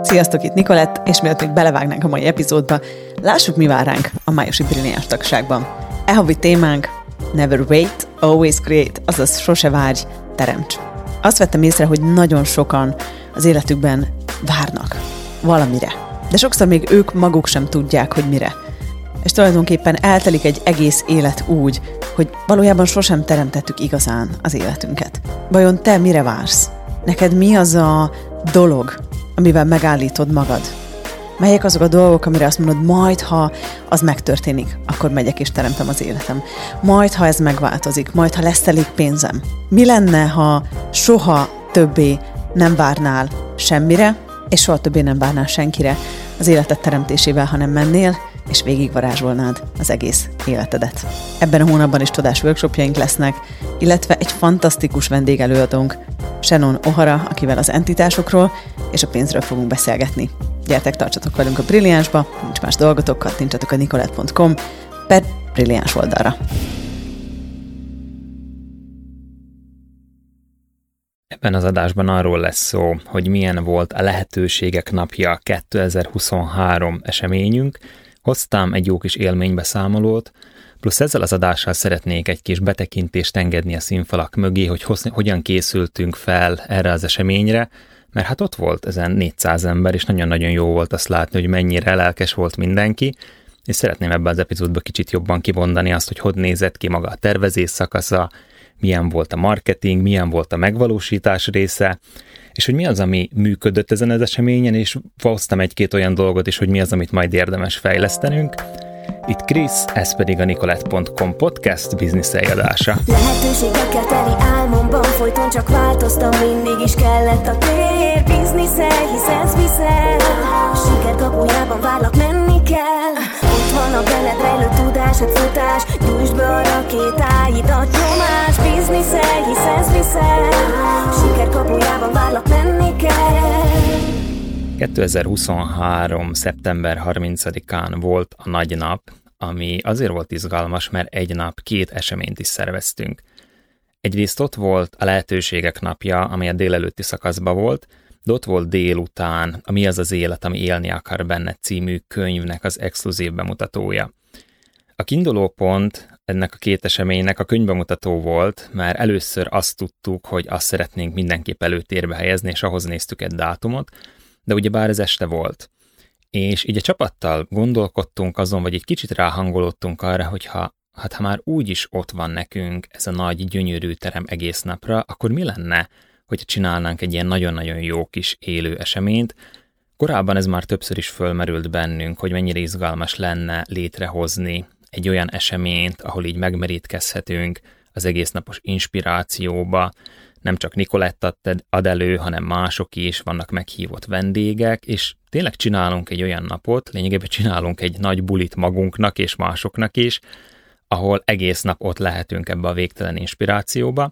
Sziasztok, itt Nikolett, és mielőtt még belevágnánk a mai epizódba, lássuk, mi vár ránk a májusi Brilliáns tagságban. Havi témánk Never wait, always create, azaz sose várj, teremts. Azt vettem észre, hogy nagyon sokan az életükben várnak valamire, de sokszor még ők maguk sem tudják, hogy mire. És tulajdonképpen eltelik egy egész élet úgy, hogy valójában sosem teremtettük igazán az életünket. Vajon te mire vársz? Neked mi az a dolog, amivel megállítod magad? Melyek azok a dolgok, amire azt mondod, majd ha az megtörténik, akkor megyek és teremtem az életem. Majd ha ez megváltozik, majd ha lesz elég pénzem. Mi lenne, ha soha többé nem várnál semmire, és soha többé nem várnál senkire az életed teremtésével, hanem mennél, és végigvarázsolnád az egész életedet. Ebben a hónapban is csodás workshopjaink lesznek, illetve egy fantasztikus vendégelőadónk, Shannon O'Hara, akivel az entitásokról és a pénzről fogunk beszélgetni. Gyertek, tartsatok velünk a Brilliánsba, nincs más dolgotok, kattintsatok a nikolett.com per Brilliáns oldalra. Ebben az adásban arról lesz szó, hogy milyen volt a Lehetőségek Napja 2023 eseményünk. Hoztam egy jó kis élménybeszámolót, plusz ezzel az adással szeretnék egy kis betekintést engedni a színfalak mögé, hogy hogyan készültünk fel erre az eseményre, mert hát ott volt ezen 400 ember, és nagyon-nagyon jó volt azt látni, hogy mennyire lelkes volt mindenki, és szeretném ebben az epizódban kicsit jobban kimondani azt, hogy nézett ki maga a tervezés szakasza, milyen volt a marketing, milyen volt a megvalósítás része, és hogy mi az, ami működött ezen az eseményen, és hoztam egy-két olyan dolgot is, hogy mi az, amit majd érdemes fejlesztenünk. Itt Krisz, ez pedig a nikolett.com podcast bizniszelj adása. Lehetőségekkel teli álmomban folyton csak változtam, mindig is kellett a tér. Bizniszelj, hisz ez viszel, a siker kapujában várlak, menni kell. Ott van a benned rejlő tudás, egy futás, gyújtsd be a rakétáidat, nyomás. Bizniszelj, hisz ez viszel, a siker kapujában várlak, menni kell. 2023. szeptember 30-án volt a nagy nap, ami azért volt izgalmas, mert egy nap 2 eseményt is szerveztünk. Egyrészt ott volt a Lehetőségek Napja, ami a délelőtti szakaszban volt, de ott volt délután a Mi az az élet, ami élni akar benned című könyvnek az exkluzív bemutatója. A kiinduló pont ennek a 2 eseménynek a könyvbemutató volt, mert először azt tudtuk, hogy azt szeretnénk mindenképp előtérbe helyezni, és ahhoz néztük egy dátumot, de ugyebár ez este volt. És így a csapattal gondolkodtunk azon, vagy egy kicsit ráhangolódtunk arra, hogy ha már úgyis ott van nekünk ez a nagy, gyönyörű terem egész napra, akkor mi lenne, hogyha csinálnánk egy ilyen nagyon-nagyon jó kis élő eseményt. Korábban ez már többször is fölmerült bennünk, hogy mennyire izgalmas lenne létrehozni egy olyan eseményt, ahol így megmerítkezhetünk az egésznapos inspirációba. Nem csak Nikolett ad elő, hanem mások is, vannak meghívott vendégek, és tényleg csinálunk egy olyan napot, lényegében csinálunk egy nagy bulit magunknak és másoknak is, ahol egész nap ott lehetünk ebbe a végtelen inspirációba,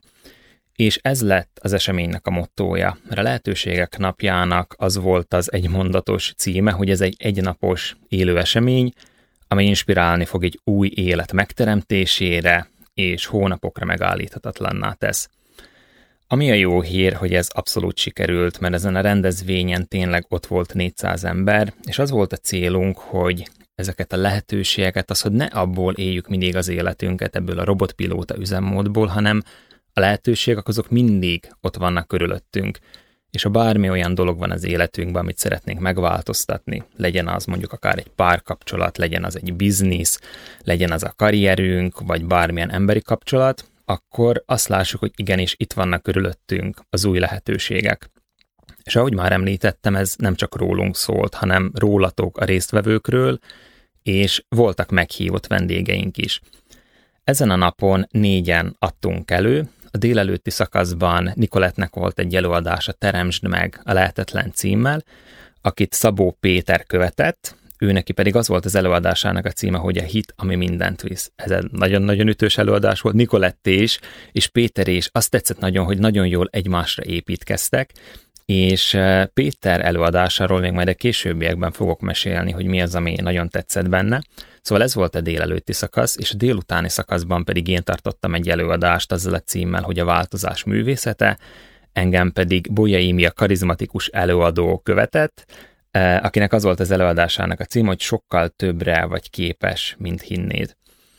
és ez lett az eseménynek a mottója. Mert a Lehetőségek Napjának az volt az egymondatos címe, hogy ez egy egynapos élő esemény, amely inspirálni fog egy új élet megteremtésére, és hónapokra megállíthatatlanná tesz. Ami a jó hír, hogy ez abszolút sikerült, mert ezen a rendezvényen tényleg ott volt 400 ember, és az volt a célunk, hogy ezeket a lehetőségeket, hogy ne abból éljük mindig az életünket, ebből a robotpilóta üzemmódból, hanem a lehetőségek azok mindig ott vannak körülöttünk. És ha bármi olyan dolog van az életünkben, amit szeretnénk megváltoztatni, legyen az mondjuk akár egy párkapcsolat, legyen az egy biznisz, legyen az a karrierünk, vagy bármilyen emberi kapcsolat, akkor azt lássuk, hogy igenis itt vannak körülöttünk az új lehetőségek. És ahogy már említettem, ez nem csak rólunk szólt, hanem rólatok a résztvevőkről, és voltak meghívott vendégeink is. Ezen a napon 4-en adtunk elő, a délelőtti szakaszban Nikolettnek volt egy előadása Teremtsd meg a lehetetlen címmel, akit Szabó Péter követett, ő neki pedig az volt az előadásának a címe, hogy a hit, ami mindent visz. Ez egy nagyon-nagyon ütős előadás volt, Nikoletté is, és Péter is. Azt tetszett nagyon, hogy nagyon jól egymásra építkeztek, és Péter előadásáról még majd a későbbiekben fogok mesélni, hogy mi az, ami nagyon tetszett benne. Szóval ez volt a délelőtti szakasz, és a délutáni szakaszban pedig én tartottam egy előadást azzal a címmel, hogy a változás művészete, engem pedig Bolyai Imi, a karizmatikus előadó követett, akinek az volt az előadásának a cím, hogy sokkal többre vagy képes, mint hinnéd.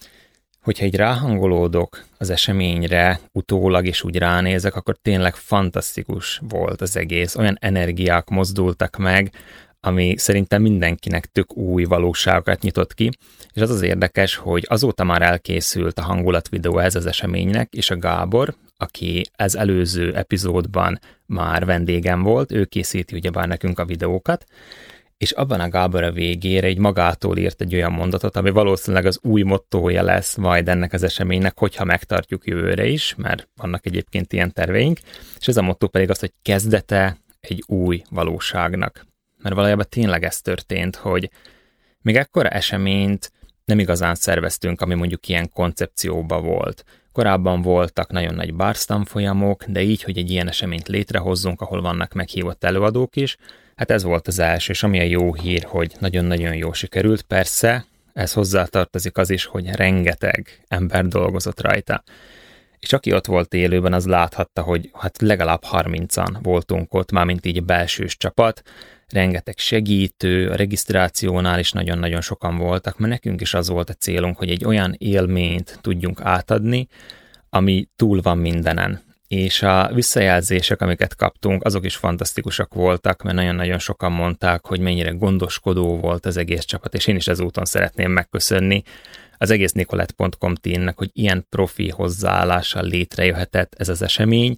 Hogyha így ráhangolódok az eseményre utólag, és úgy ránézek, akkor tényleg fantasztikus volt az egész. Olyan energiák mozdultak meg, ami szerintem mindenkinek tök új valóságokat nyitott ki, és az érdekes, hogy azóta már elkészült a hangulatvideó ez az eseménynek, és a Gábor, aki ez előző epizódban már vendégem volt, ő készíti ugyebár nekünk a videókat, és abban a Gábor a végére egy magától írt egy olyan mondatot, ami valószínűleg az új mottója lesz majd ennek az eseménynek, hogyha megtartjuk jövőre is, mert vannak egyébként ilyen terveink, és ez a motto pedig az, hogy kezdete egy új valóságnak. Mert valójában tényleg ez történt, hogy még ekkora eseményt nem igazán szerveztünk, ami mondjuk ilyen koncepcióban volt. Korábban voltak nagyon nagy bársztanfolyamok, de így, hogy egy ilyen eseményt létrehozzunk, ahol vannak meghívott előadók is, hát ez volt az első, és ami a jó hír, hogy nagyon-nagyon jól sikerült. Persze, ez hozzátartozik az is, hogy rengeteg ember dolgozott rajta. És aki ott volt élőben, az láthatta, hogy hát legalább 30-an voltunk ott, mármint így belsős csapat, rengeteg segítő, a regisztrációnál is nagyon-nagyon sokan voltak, mert nekünk is az volt a célunk, hogy egy olyan élményt tudjunk átadni, ami túl van mindenen. És a visszajelzések, amiket kaptunk, azok is fantasztikusak voltak, mert nagyon-nagyon sokan mondták, hogy mennyire gondoskodó volt az egész csapat, és én is ezúton szeretném megköszönni az egész Nicolette.com teamnek, hogy ilyen profi hozzáállással létrejöhetett ez az esemény,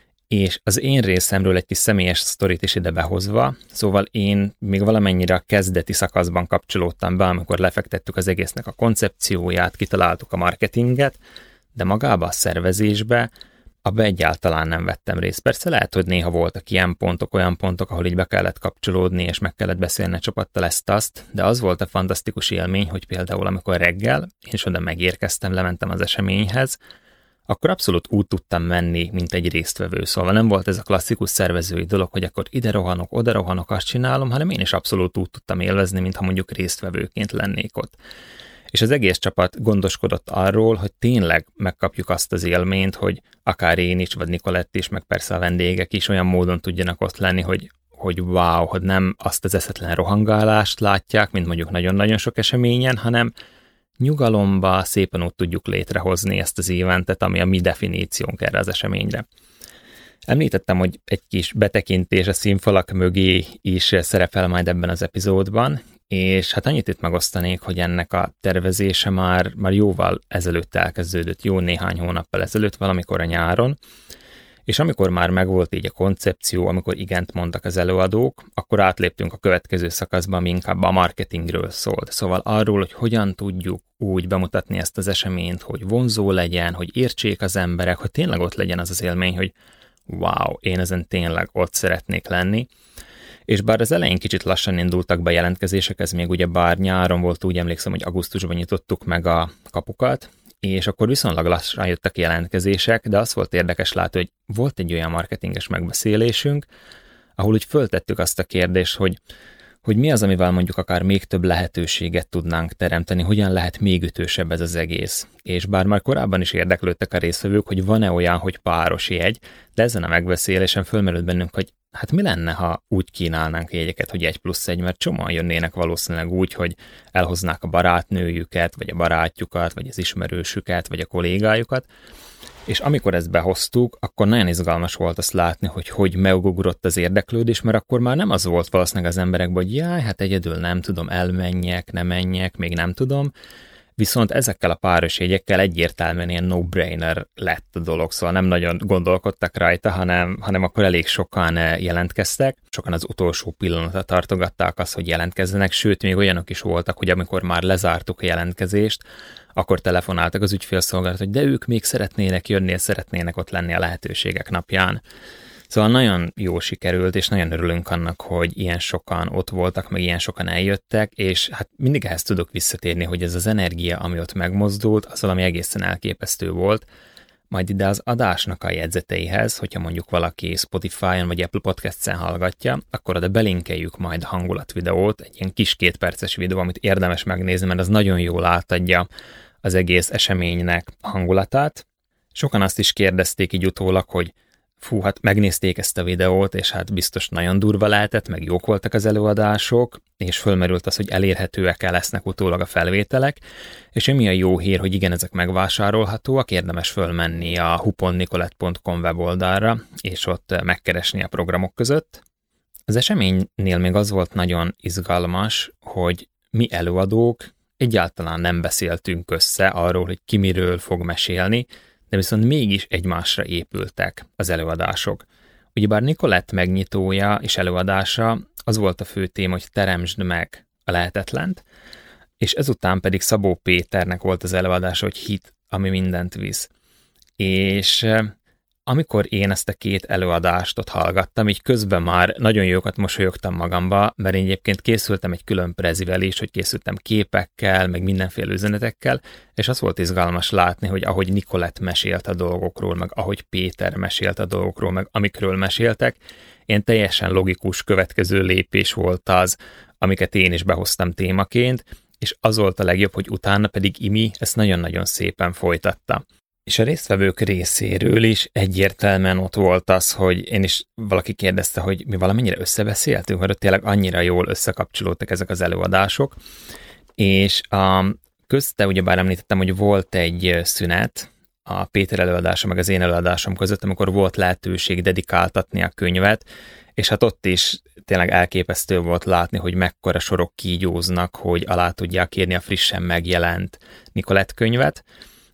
és az én részemről egy kis személyes sztorit is ide behozva, szóval én még valamennyire a kezdeti szakaszban kapcsolódtam be, amikor lefektettük az egésznek a koncepcióját, kitaláltuk a marketinget, de magába a szervezésbe, abba egyáltalán nem vettem részt. Persze lehet, hogy néha voltak ilyen pontok, olyan pontok, ahol így be kellett kapcsolódni, és meg kellett beszélni a csapattal ezt-azt, de az volt a fantasztikus élmény, hogy például amikor reggel, én is oda megérkeztem, lementem az eseményhez, akkor abszolút úgy tudtam menni, mint egy résztvevő. Szóval nem volt ez a klasszikus szervezői dolog, hogy akkor ide rohanok, oda rohanok, azt csinálom, hanem én is abszolút úgy tudtam élvezni, mintha mondjuk résztvevőként lennék ott. És az egész csapat gondoskodott arról, hogy tényleg megkapjuk azt az élményt, hogy akár én is, vagy Nicolette is, meg persze a vendégek is olyan módon tudjanak ott lenni, hogy wow, hogy nem azt az eszetlen rohangálást látják, mint mondjuk nagyon-nagyon sok eseményen, hanem nyugalomba szépen úgy tudjuk létrehozni ezt az eventet, ami a mi definíciónk erre az eseményre. Említettem, hogy egy kis betekintés a színfalak mögé is szerepel majd ebben az epizódban, és hát annyit itt megosztanék, hogy ennek a tervezése már jóval ezelőtt elkezdődött, jó néhány hónappal ezelőtt, valamikor a nyáron, és amikor már megvolt így a koncepció, amikor igent mondtak az előadók, akkor átléptünk a következő szakaszba, ami inkább a marketingről szólt. Szóval arról, hogy hogyan tudjuk úgy bemutatni ezt az eseményt, hogy vonzó legyen, hogy értsék az emberek, hogy tényleg ott legyen az az élmény, hogy wow, én ezen tényleg ott szeretnék lenni. És bár az elején kicsit lassan indultak be jelentkezések, ez még ugye bár nyáron volt, úgy emlékszem, hogy augusztusban nyitottuk meg a kapukat, és akkor viszonylag lassan jöttek jelentkezések, de az volt érdekes látni, hogy volt egy olyan marketinges megbeszélésünk, ahol úgy föltettük azt a kérdést, hogy mi az, amivel mondjuk akár még több lehetőséget tudnánk teremteni, hogyan lehet még ütősebb ez az egész. És bár már korábban is érdeklődtek a résztvevők, hogy van-e olyan, hogy páros jegy, de ezen a megbeszélésen fölmerült bennünk, hogy hát mi lenne, ha úgy kínálnánk jegyeket, hogy 1+1, mert csomóan jönnének valószínűleg úgy, hogy elhoznák a barátnőjüket, vagy a barátjukat, vagy az ismerősüket, vagy a kollégájukat, és amikor ezt behoztuk, akkor nagyon izgalmas volt azt látni, hogy megugrott az érdeklődés, mert akkor már nem az volt valószínűleg az emberekben, hogy jaj, hát egyedül nem tudom, elmenjek, nem menjek, még nem tudom, viszont ezekkel a páros jegyekkel egyértelműen ilyen no-brainer lett a dolog, szóval nem nagyon gondolkodtak rajta, hanem akkor elég sokan jelentkeztek, sokan az utolsó pillanatra tartogatták azt, hogy jelentkezzenek, sőt, még olyanok is voltak, hogy amikor már lezártuk a jelentkezést, akkor telefonáltak az ügyfélszolgálat, hogy de ők még szeretnének jönni, szeretnének ott lenni a lehetőségek napján. Szóval nagyon jó sikerült, és nagyon örülünk annak, hogy ilyen sokan ott voltak, meg ilyen sokan eljöttek, és hát mindig ehhez tudok visszatérni, hogy ez az energia, ami ott megmozdult, az valami egészen elképesztő volt. Majd ide az adásnak a jegyzeteihez, hogyha mondjuk valaki Spotify-on vagy Apple Podcast-en hallgatja, akkor oda belinkeljük majd a hangulatvideót, egy ilyen kis 2 perces videó, amit érdemes megnézni, mert az nagyon jól átadja az egész eseménynek a hangulatát. Sokan azt is kérdezték így utólag, hogy hát megnézték ezt a videót, és hát biztos nagyon durva lehetett, meg jók voltak az előadások, és fölmerült az, hogy elérhetőek-e lesznek utólag a felvételek, és ami a jó hír, hogy igen, ezek megvásárolhatóak, érdemes fölmenni a huponnicolette.com weboldalra, és ott megkeresni a programok között. Az eseménynél még az volt nagyon izgalmas, hogy mi előadók egyáltalán nem beszéltünk össze arról, hogy ki miről fog mesélni, de viszont mégis egymásra épültek az előadások. Ugyebár Nicolette megnyitója és előadása az volt a fő téma, hogy teremtsd meg a lehetetlent, és ezután pedig Szabó Péternek volt az előadása, hogy hit, ami mindent visz. És amikor én ezt a két előadást ott hallgattam, így közben már nagyon jókat mosolyogtam magamba, mert én egyébként készültem egy külön prezivel is, hogy készültem képekkel, meg mindenféle üzenetekkel, és az volt izgalmas látni, hogy ahogy Nicolette mesélt a dolgokról, meg ahogy Péter mesélt a dolgokról, meg amikről meséltek, én teljesen logikus következő lépés volt az, amiket én is behoztam témaként, és az volt a legjobb, hogy utána pedig Imi ezt nagyon-nagyon szépen folytatta. És a résztvevők részéről is egyértelműen ott volt az, hogy én is valaki kérdezte, hogy mi valamennyire összebeszéltünk, mert ott tényleg annyira jól összekapcsolódtak ezek az előadások, és közte ugyebár említettem, hogy volt egy szünet a Péter előadása meg az én előadásom között, amikor volt lehetőség dedikáltatni a könyvet, és hát ott is tényleg elképesztő volt látni, hogy mekkora sorok kígyóznak, hogy alá tudják írni a frissen megjelent Nicolette könyvet.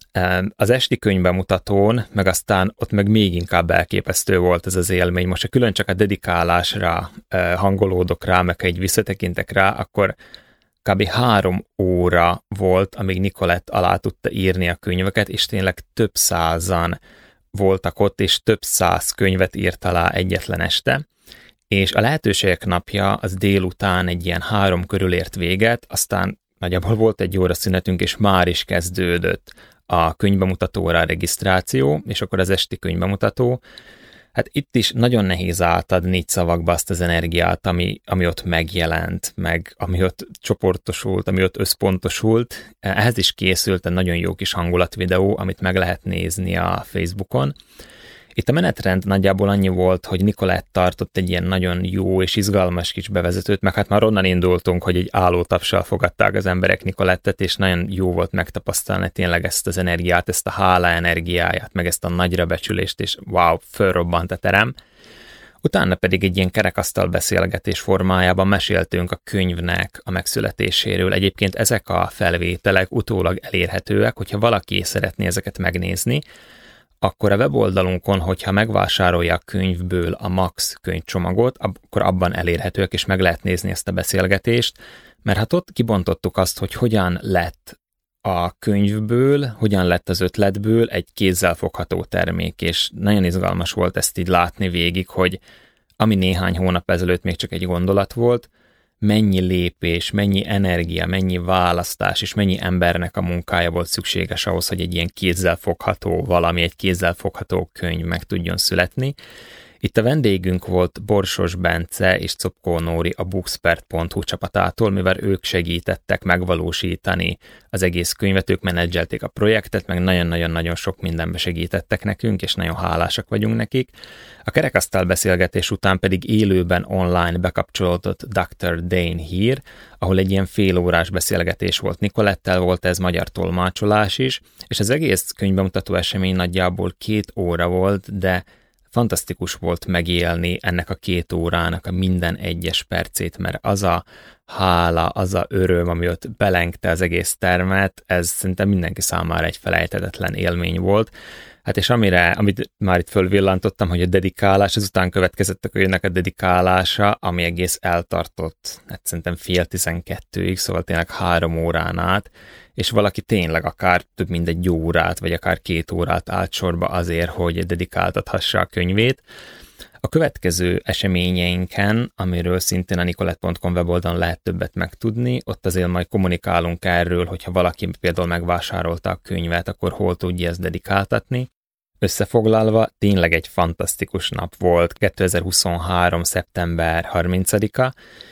Az esti könyvbemutatón, meg aztán ott meg még inkább elképesztő volt ez az élmény. Most ha külön csak a dedikálásra hangolódok rá, meg egy visszatekintek rá, akkor kb. 3 óra volt, amíg Nicolette alá tudta írni a könyveket, és tényleg több százan voltak ott, és több száz könyvet írt alá egyetlen este. És a lehetőségek napja az délután egy ilyen 3 körül ért véget, aztán nagyjából volt egy óra szünetünk, és már is kezdődött a könyvbemutatóra a regisztráció, és akkor az esti könyvbemutató. Hát itt is nagyon nehéz átadni így szavakba azt az energiát, ami ott megjelent, meg ami ott csoportosult, ami ott összpontosult. Ehhez is készült egy nagyon jó kis hangulatvideó, amit meg lehet nézni a Facebookon. Itt a menetrend nagyjából annyi volt, hogy Nicolette tartott egy ilyen nagyon jó és izgalmas kis bevezetőt, meg hát már onnan indultunk, hogy egy állótapssal fogadták az emberek Nicolettet, és nagyon jó volt megtapasztalni tényleg ezt az energiát, ezt a hála energiáját, meg ezt a nagyra becsülést, és wow, fölrobbant a terem. Utána pedig egy ilyen kerekasztal beszélgetés formájában meséltünk a könyvnek a megszületéséről. Egyébként ezek a felvételek utólag elérhetőek, hogyha valaki szeretné ezeket megnézni, akkor a weboldalunkon, hogyha megvásárolja a könyvből a Max könyvcsomagot, akkor abban elérhetőek, és meg lehet nézni ezt a beszélgetést, mert hát ott kibontottuk azt, hogy hogyan lett a könyvből, hogyan lett az ötletből egy kézzelfogható termék, és nagyon izgalmas volt ezt így látni végig, hogy ami néhány hónap ezelőtt még csak egy gondolat volt, mennyi lépés, mennyi energia, mennyi választás és mennyi embernek a munkája volt szükséges ahhoz, hogy egy ilyen kézzelfogható valami, egy kézzelfogható könyv meg tudjon születni. Itt a vendégünk volt Borsos Bence és Czopkó Nóri a bookspert.hu csapatától, mivel ők segítettek megvalósítani az egész könyvet, ők menedzselték a projektet, meg nagyon-nagyon-nagyon sok mindenbe segítettek nekünk, és nagyon hálásak vagyunk nekik. A kerekasztal beszélgetés után pedig élőben online bekapcsolódott Dr. Dane Heer, ahol egy ilyen félórás beszélgetés volt Nicolettel, volt ez magyar tolmácsolás is, és az egész könyvbemutató esemény nagyjából 2 óra volt, de fantasztikus volt megélni ennek a 2 órának a minden egyes percét, mert az a hála, az a öröm, ami ott belengte az egész termet, ez szerintem mindenki számára egy felejthetetlen élmény volt. Hát és amit már itt fölvillantottam, hogy a dedikálás, ezután következett a könyvnek a dedikálása, ami egész eltartott, hát szerintem 11:30-ig, szóval tényleg 3 órán át, és valaki tényleg akár több mint 1 órát, vagy akár 2 órát állt sorba azért, hogy dedikáltathassa a könyvét. A következő eseményeinken, amiről szintén a nicolette.com weboldalon lehet többet megtudni, ott azért majd kommunikálunk erről, hogyha valaki például megvásárolta a könyvet, akkor hol tudja ezt dedikáltatni. Összefoglalva, tényleg egy fantasztikus nap volt, 2023. szeptember 30-a,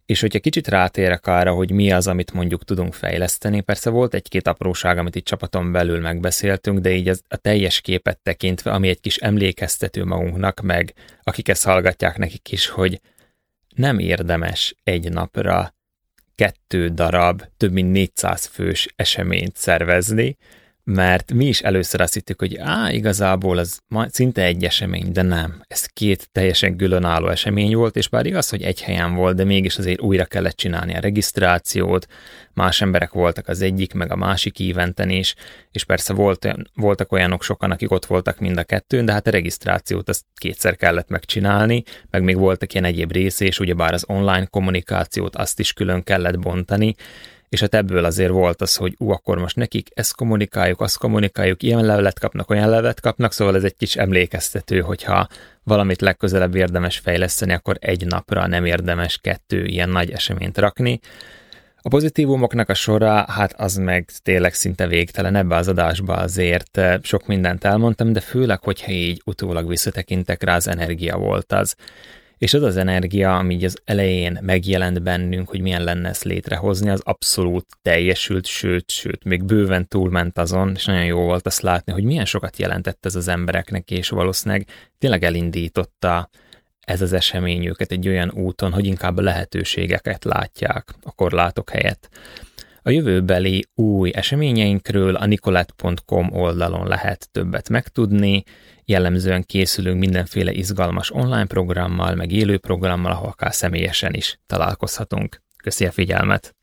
És hogyha kicsit rátérek arra, hogy mi az, amit mondjuk tudunk fejleszteni, persze volt egy-két apróság, amit itt csapaton belül megbeszéltünk, de így a teljes képet tekintve, ami egy kis emlékeztető magunknak, meg akik ezt hallgatják nekik is, hogy nem érdemes egy napra 2 darab, több mint 400 fős eseményt szervezni, mert mi is először azt hittük, hogy igazából az szinte egy esemény, de nem. Ez 2 teljesen különálló esemény volt, és bár igaz, hogy egy helyen volt, de mégis azért újra kellett csinálni a regisztrációt, más emberek voltak az egyik, meg a másik eventen is, és persze voltak olyanok sokan, akik ott voltak mind a 2, de hát a regisztrációt azt 2-szer kellett megcsinálni, meg még voltak ilyen egyéb része, és ugyebár az online kommunikációt azt is külön kellett bontani, és hát ebből azért volt az, hogy akkor most nekik ezt kommunikáljuk, azt kommunikáljuk, ilyen levelet kapnak, olyan levelet kapnak, szóval ez egy kis emlékeztető, hogyha valamit legközelebb érdemes fejleszteni, akkor egy napra nem érdemes 2 ilyen nagy eseményt rakni. A pozitívumoknak a sora, hát az meg tényleg szinte végtelen, ebbe az adásba azért sok mindent elmondtam, de főleg, hogyha így utólag visszatekintek rá, az energia volt az. És az az energia, ami így az elején megjelent bennünk, hogy milyen lenne ezt létrehozni, az abszolút teljesült, sőt, még bőven túlment azon, és nagyon jó volt azt látni, hogy milyen sokat jelentett ez az embereknek, és valószínűleg tényleg elindította ez az esemény őket egy olyan úton, hogy inkább a lehetőségeket látják a korlátok helyett. A jövőbeli új eseményeinkről a nicolette.com oldalon lehet többet megtudni, jellemzően készülünk mindenféle izgalmas online programmal, meg élő programmal, ahol akár személyesen is találkozhatunk. Köszi a figyelmet!